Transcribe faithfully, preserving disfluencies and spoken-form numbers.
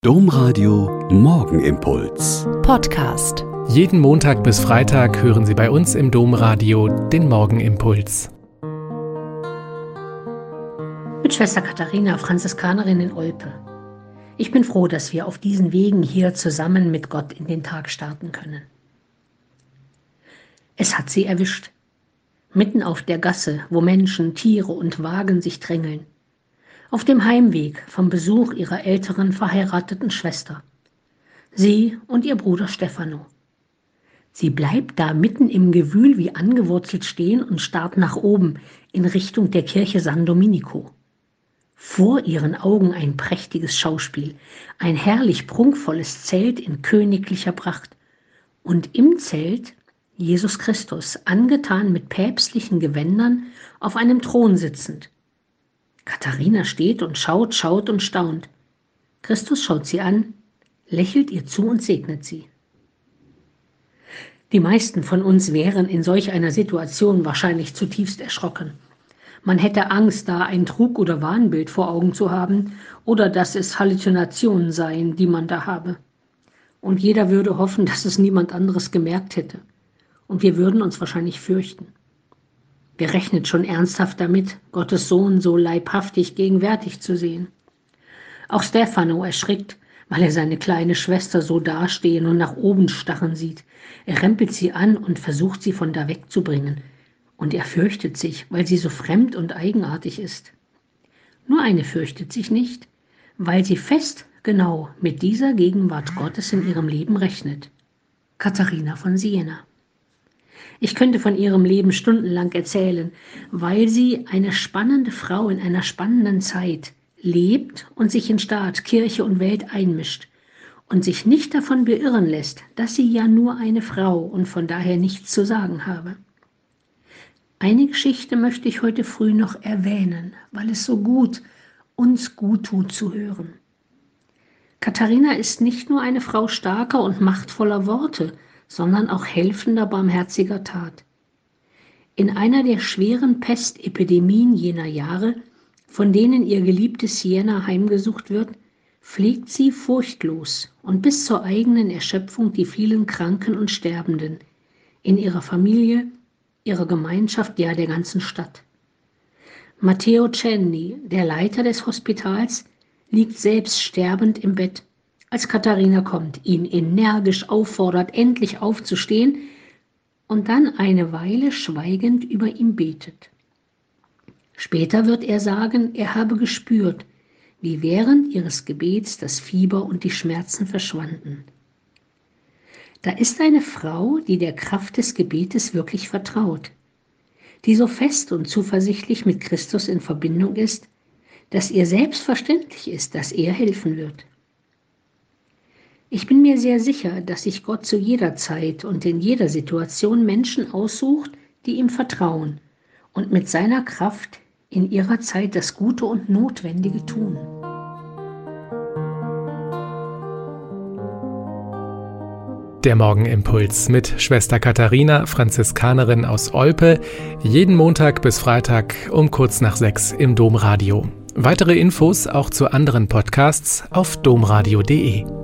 Domradio Morgenimpuls. Podcast. Jeden Montag bis Freitag hören Sie bei uns im Domradio den Morgenimpuls. Mit Schwester Katharina, Franziskanerin in Olpe. Ich bin froh, dass wir auf diesen Wegen hier zusammen mit Gott in den Tag starten können. Es hat sie erwischt. Mitten auf der Gasse, wo Menschen, Tiere und Wagen sich drängeln. Auf dem Heimweg vom Besuch ihrer älteren verheirateten Schwester. Sie und ihr Bruder Stefano. Sie bleibt da mitten im Gewühl wie angewurzelt stehen und starrt nach oben in Richtung der Kirche San Domenico. Vor ihren Augen ein prächtiges Schauspiel, ein herrlich prunkvolles Zelt in königlicher Pracht. Und im Zelt Jesus Christus, angetan mit päpstlichen Gewändern, auf einem Thron sitzend. Katharina steht und schaut, schaut und staunt. Christus schaut sie an, lächelt ihr zu und segnet sie. Die meisten von uns wären in solch einer Situation wahrscheinlich zutiefst erschrocken. Man hätte Angst, da ein Trug- oder Wahnbild vor Augen zu haben oder dass es Halluzinationen seien, die man da habe. Und jeder würde hoffen, dass es niemand anderes gemerkt hätte. Und wir würden uns wahrscheinlich fürchten. Wer rechnet schon ernsthaft damit, Gottes Sohn so leibhaftig gegenwärtig zu sehen? Auch Stefano erschrickt, weil er seine kleine Schwester so dastehen und nach oben starren sieht. Er rempelt sie an und versucht, sie von da wegzubringen. Und er fürchtet sich, weil sie so fremd und eigenartig ist. Nur eine fürchtet sich nicht, weil sie fest genau mit dieser Gegenwart Gottes in ihrem Leben rechnet. Katharina von Siena. Ich könnte von ihrem Leben stundenlang erzählen, weil sie, eine spannende Frau in einer spannenden Zeit, lebt und sich in Staat, Kirche und Welt einmischt und sich nicht davon beirren lässt, dass sie ja nur eine Frau und von daher nichts zu sagen habe. Eine Geschichte möchte ich heute früh noch erwähnen, weil es so gut, uns gut tut zu hören. Katharina ist nicht nur eine Frau starker und machtvoller Worte, sondern auch helfender, barmherziger Tat. In einer der schweren Pestepidemien jener Jahre, von denen ihr geliebtes Siena heimgesucht wird, pflegt sie furchtlos und bis zur eigenen Erschöpfung die vielen Kranken und Sterbenden, in ihrer Familie, ihrer Gemeinschaft, ja der ganzen Stadt. Matteo Cenni, der Leiter des Hospitals, liegt selbst sterbend im Bett, als Katharina kommt, ihn energisch auffordert, endlich aufzustehen und dann eine Weile schweigend über ihm betet. Später wird er sagen, er habe gespürt, wie während ihres Gebets das Fieber und die Schmerzen verschwanden. Da ist eine Frau, die der Kraft des Gebetes wirklich vertraut, die so fest und zuversichtlich mit Christus in Verbindung ist, dass ihr selbstverständlich ist, dass er helfen wird. Ich bin mir sehr sicher, dass sich Gott zu jeder Zeit und in jeder Situation Menschen aussucht, die ihm vertrauen und mit seiner Kraft in ihrer Zeit das Gute und Notwendige tun. Der Morgenimpuls mit Schwester Katharina, Franziskanerin aus Olpe, jeden Montag bis Freitag um kurz nach sechs im Domradio. Weitere Infos auch zu anderen Podcasts auf domradio punkt de.